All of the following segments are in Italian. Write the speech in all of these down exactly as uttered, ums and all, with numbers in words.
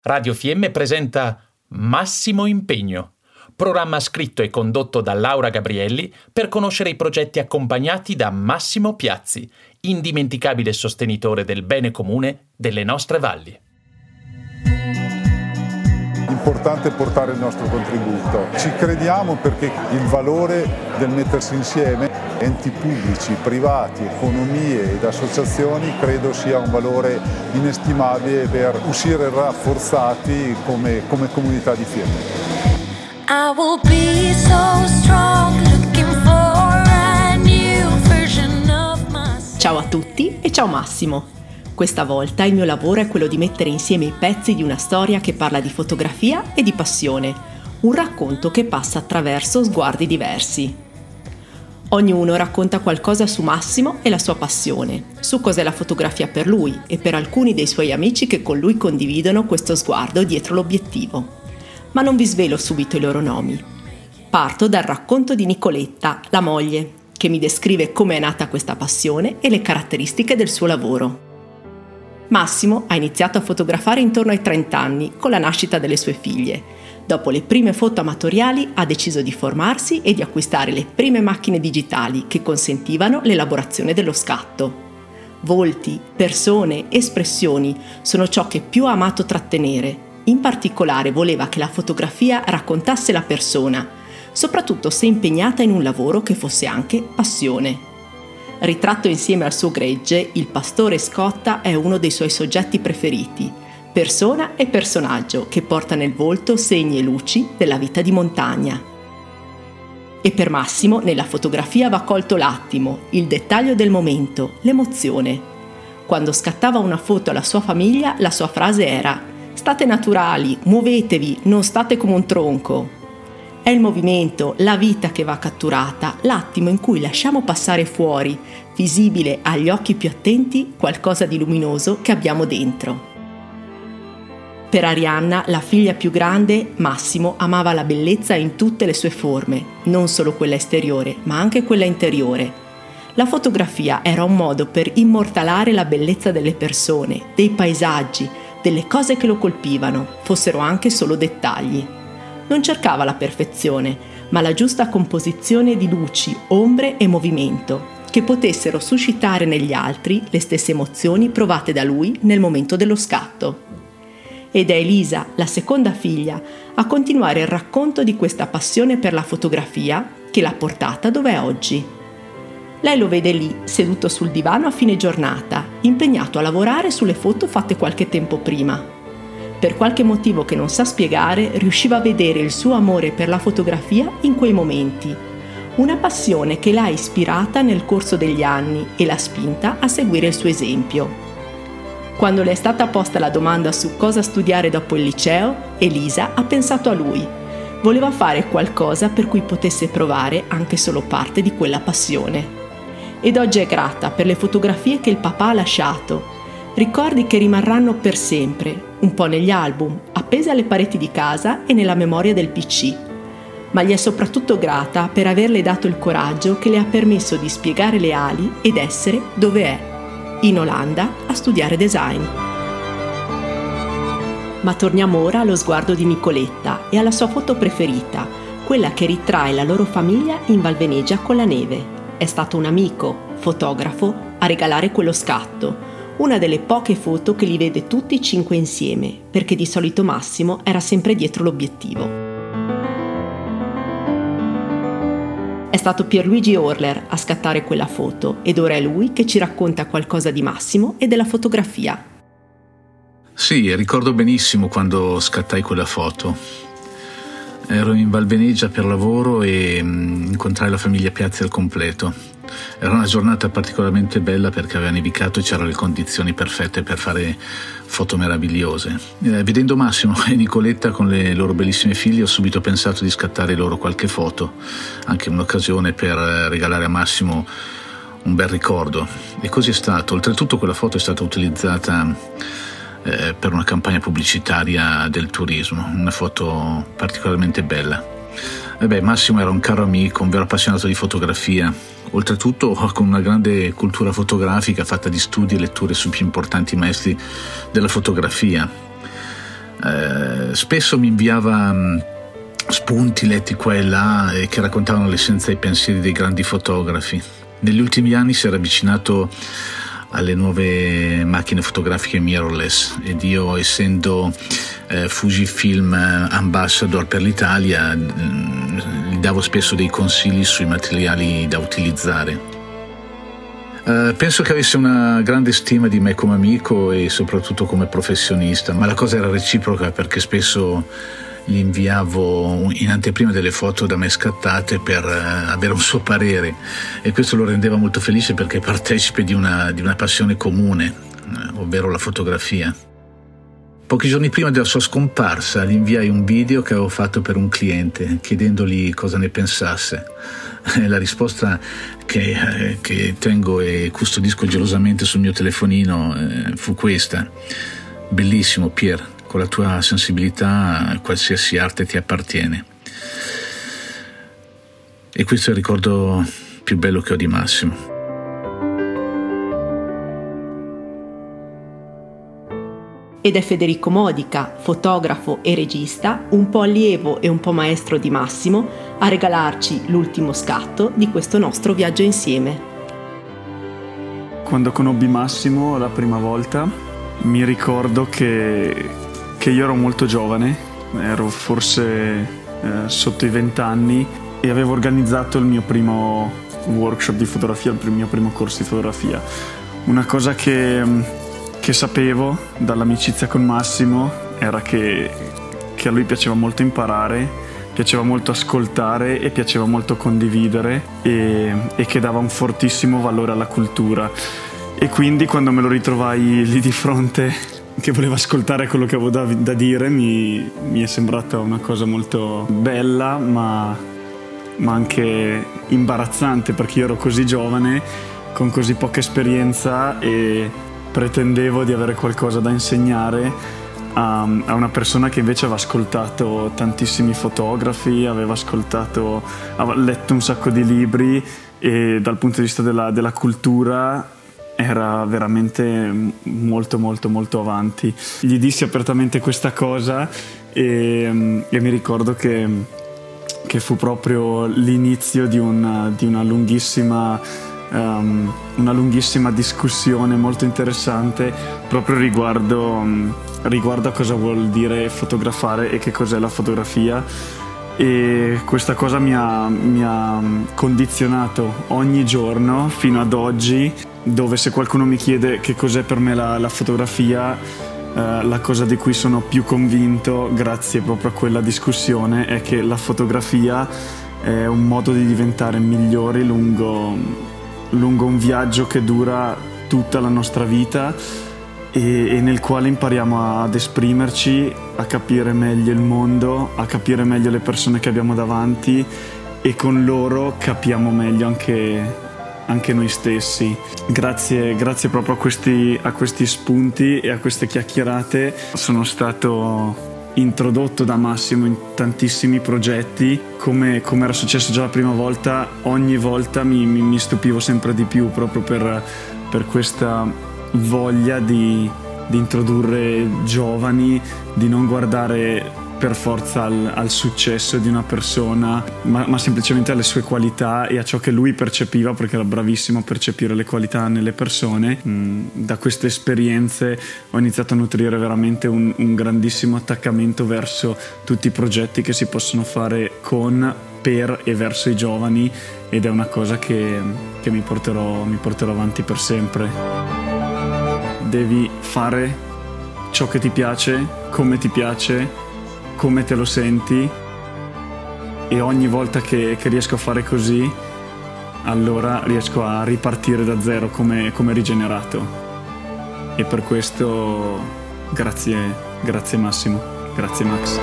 Radio Fiemme presenta Massimo Impegno, programma scritto e condotto da Laura Gabrielli per conoscere i progetti accompagnati da Massimo Piazzi, indimenticabile sostenitore del bene comune delle nostre valli. Importante portare il nostro contributo. Ci crediamo perché il valore del mettersi insieme, enti pubblici, privati, economie ed associazioni, credo sia un valore inestimabile per uscire rafforzati come, come comunità di Fiemme. I will be so strong, looking for a new version of myself. Ciao a tutti e ciao Massimo. Questa volta il mio lavoro è quello di mettere insieme i pezzi di una storia che parla di fotografia e di passione, un racconto che passa attraverso sguardi diversi. Ognuno racconta qualcosa su Massimo e la sua passione, su cos'è la fotografia per lui e per alcuni dei suoi amici che con lui condividono questo sguardo dietro l'obiettivo. Ma non vi svelo subito i loro nomi. Parto dal racconto di Nicoletta, la moglie, che mi descrive come è nata questa passione e le caratteristiche del suo lavoro. Massimo ha iniziato a fotografare intorno ai trenta anni, con la nascita delle sue figlie. Dopo le prime foto amatoriali ha deciso di formarsi e di acquistare le prime macchine digitali che consentivano l'elaborazione dello scatto. Volti, persone, espressioni sono ciò che più ha amato trattenere. In particolare voleva che la fotografia raccontasse la persona, soprattutto se impegnata in un lavoro che fosse anche passione. Ritratto insieme al suo gregge, il pastore Scotta è uno dei suoi soggetti preferiti, persona e personaggio che porta nel volto segni e luci della vita di montagna. E per Massimo nella fotografia va colto l'attimo, il dettaglio del momento, l'emozione. Quando scattava una foto alla sua famiglia, la sua frase era: «State naturali, muovetevi, non state come un tronco». È il movimento, la vita che va catturata, l'attimo in cui lasciamo passare fuori, visibile agli occhi più attenti, qualcosa di luminoso che abbiamo dentro. Per Arianna, la figlia più grande, Massimo amava la bellezza in tutte le sue forme, non solo quella esteriore, ma anche quella interiore. La fotografia era un modo per immortalare la bellezza delle persone, dei paesaggi, delle cose che lo colpivano, fossero anche solo dettagli. Non cercava la perfezione, ma la giusta composizione di luci, ombre e movimento, che potessero suscitare negli altri le stesse emozioni provate da lui nel momento dello scatto. Ed è Elisa, la seconda figlia, a continuare il racconto di questa passione per la fotografia che l'ha portata dove è oggi. Lei lo vede lì, seduto sul divano a fine giornata, impegnato a lavorare sulle foto fatte qualche tempo prima. Per qualche motivo che non sa spiegare, riusciva a vedere il suo amore per la fotografia in quei momenti. Una passione che l'ha ispirata nel corso degli anni e l'ha spinta a seguire il suo esempio. Quando le è stata posta la domanda su cosa studiare dopo il liceo, Elisa ha pensato a lui. Voleva fare qualcosa per cui potesse provare anche solo parte di quella passione. Ed oggi è grata per le fotografie che il papà ha lasciato. Ricordi che rimarranno per sempre, un po' negli album, appesi alle pareti di casa e nella memoria del pi ci. Ma gli è soprattutto grata per averle dato il coraggio che le ha permesso di spiegare le ali ed essere dove è, in Olanda, a studiare design. Ma torniamo ora allo sguardo di Nicoletta e alla sua foto preferita, quella che ritrae la loro famiglia in Val Venegia con la neve. È stato un amico, fotografo, a regalare quello scatto. Una delle poche foto che li vede tutti e cinque insieme, perché di solito Massimo era sempre dietro l'obiettivo. È stato Pierluigi Orler a scattare quella foto ed ora è lui che ci racconta qualcosa di Massimo e della fotografia. Sì, ricordo benissimo quando scattai quella foto. Ero in Val Venegia per lavoro e incontrai la famiglia Piazzi al completo. Era una giornata particolarmente bella perché aveva nevicato e c'erano le condizioni perfette per fare foto meravigliose. Eh, vedendo Massimo e Nicoletta con le loro bellissime figlie ho subito pensato di scattare loro qualche foto, anche un'occasione per regalare a Massimo un bel ricordo. E così è stato. Oltretutto quella foto è stata utilizzata eh, per una campagna pubblicitaria del turismo, una foto particolarmente bella. E beh, Massimo era un caro amico, un vero appassionato di fotografia, oltretutto con una grande cultura fotografica fatta di studi e letture sui più importanti maestri della fotografia. Eh, spesso mi inviava mh, spunti letti qua e là e che raccontavano l'essenza dei pensieri dei grandi fotografi. Negli ultimi anni si era avvicinato alle nuove macchine fotografiche mirrorless ed io, essendo eh, Fujifilm ambassador per l'Italia, gli davo spesso dei consigli sui materiali da utilizzare. Uh, penso che avesse una grande stima di me come amico e soprattutto come professionista, ma la cosa era reciproca, perché spesso gli inviavo in anteprima delle foto da me scattate per uh, avere un suo parere, e questo lo rendeva molto felice perché partecipe di una, di una passione comune, uh, ovvero la fotografia. Pochi giorni prima della sua scomparsa gli inviai un video che avevo fatto per un cliente chiedendogli cosa ne pensasse. La risposta che, eh, che tengo e custodisco gelosamente sul mio telefonino eh, fu questa: bellissimo Pier, con la tua sensibilità qualsiasi arte ti appartiene. E questo è il ricordo più bello che ho di Massimo. Ed è Federico Modica, fotografo e regista, un po' allievo e un po' maestro di Massimo, a regalarci l'ultimo scatto di questo nostro viaggio insieme. Quando conobbi Massimo la prima volta, mi ricordo che, che io ero molto giovane, ero forse eh, sotto i vent'anni, e avevo organizzato il mio primo workshop di fotografia, il mio primo corso di fotografia. Una cosa che... che sapevo dall'amicizia con Massimo era che, che a lui piaceva molto imparare, piaceva molto ascoltare e piaceva molto condividere, e, e che dava un fortissimo valore alla cultura. E quindi quando me lo ritrovai lì di fronte, che voleva ascoltare quello che avevo da, da dire, mi, mi è sembrata una cosa molto bella, ma, ma anche imbarazzante, perché io ero così giovane, con così poca esperienza, e pretendevo di avere qualcosa da insegnare a, a una persona che invece aveva ascoltato tantissimi fotografi, aveva ascoltato, aveva letto un sacco di libri, e dal punto di vista della, della cultura era veramente molto molto molto avanti. Gli dissi apertamente questa cosa, e, e mi ricordo che, che fu proprio l'inizio di una, di una lunghissima Um, una lunghissima discussione molto interessante proprio riguardo, um, riguardo a cosa vuol dire fotografare e che cos'è la fotografia, e questa cosa mi ha, mi ha condizionato ogni giorno fino ad oggi, dove se qualcuno mi chiede che cos'è per me la, la fotografia, uh, la cosa di cui sono più convinto, grazie proprio a quella discussione, è che la fotografia è un modo di diventare migliori lungo lungo un viaggio che dura tutta la nostra vita, e, e nel quale impariamo ad esprimerci, a capire meglio il mondo, a capire meglio le persone che abbiamo davanti, e con loro capiamo meglio anche, anche noi stessi. Grazie, grazie proprio a questi, a questi spunti e a queste chiacchierate sono stato introdotto da Massimo in tantissimi progetti. Come, come era successo già la prima volta, ogni volta mi, mi, mi stupivo sempre di più, proprio per, per questa voglia di, di introdurre giovani, di non guardare per forza al, al successo di una persona, ma, ma semplicemente alle sue qualità e a ciò che lui percepiva, perché era bravissimo a percepire le qualità nelle persone. Mm, da queste esperienze ho iniziato a nutrire veramente un, un grandissimo attaccamento verso tutti i progetti che si possono fare con, per e verso i giovani, ed è una cosa che, che mi porterò, mi porterò avanti per sempre. Devi fare ciò che ti piace, come ti piace, come te lo senti, e ogni volta che, che riesco a fare così, allora riesco a ripartire da zero come, come rigenerato. E per questo grazie, grazie Massimo, grazie Max.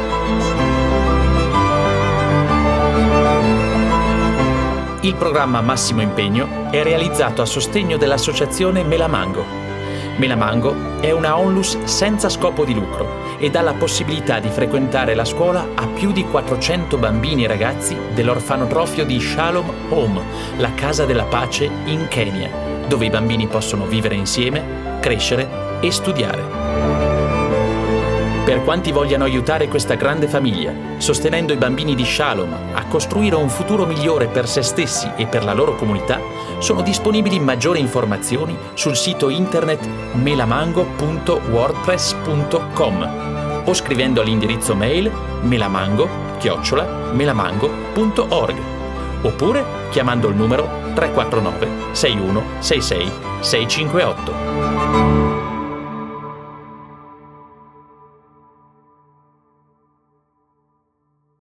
Il programma Massimo Impegno è realizzato a sostegno dell'associazione Melamango. Melamango è una onlus senza scopo di lucro e dà la possibilità di frequentare la scuola a più di quattrocento bambini e ragazzi dell'orfanotrofio di Shalom Home, la Casa della Pace in Kenya, dove i bambini possono vivere insieme, crescere e studiare. Per quanti vogliano aiutare questa grande famiglia, sostenendo i bambini di Shalom a costruire un futuro migliore per se stessi e per la loro comunità, sono disponibili maggiori informazioni sul sito internet melamango punto wordpress punto com o scrivendo all'indirizzo mail melamango chiocciola melamango punto org oppure chiamando il numero tre quattro nove sei uno sei sei sei cinque otto.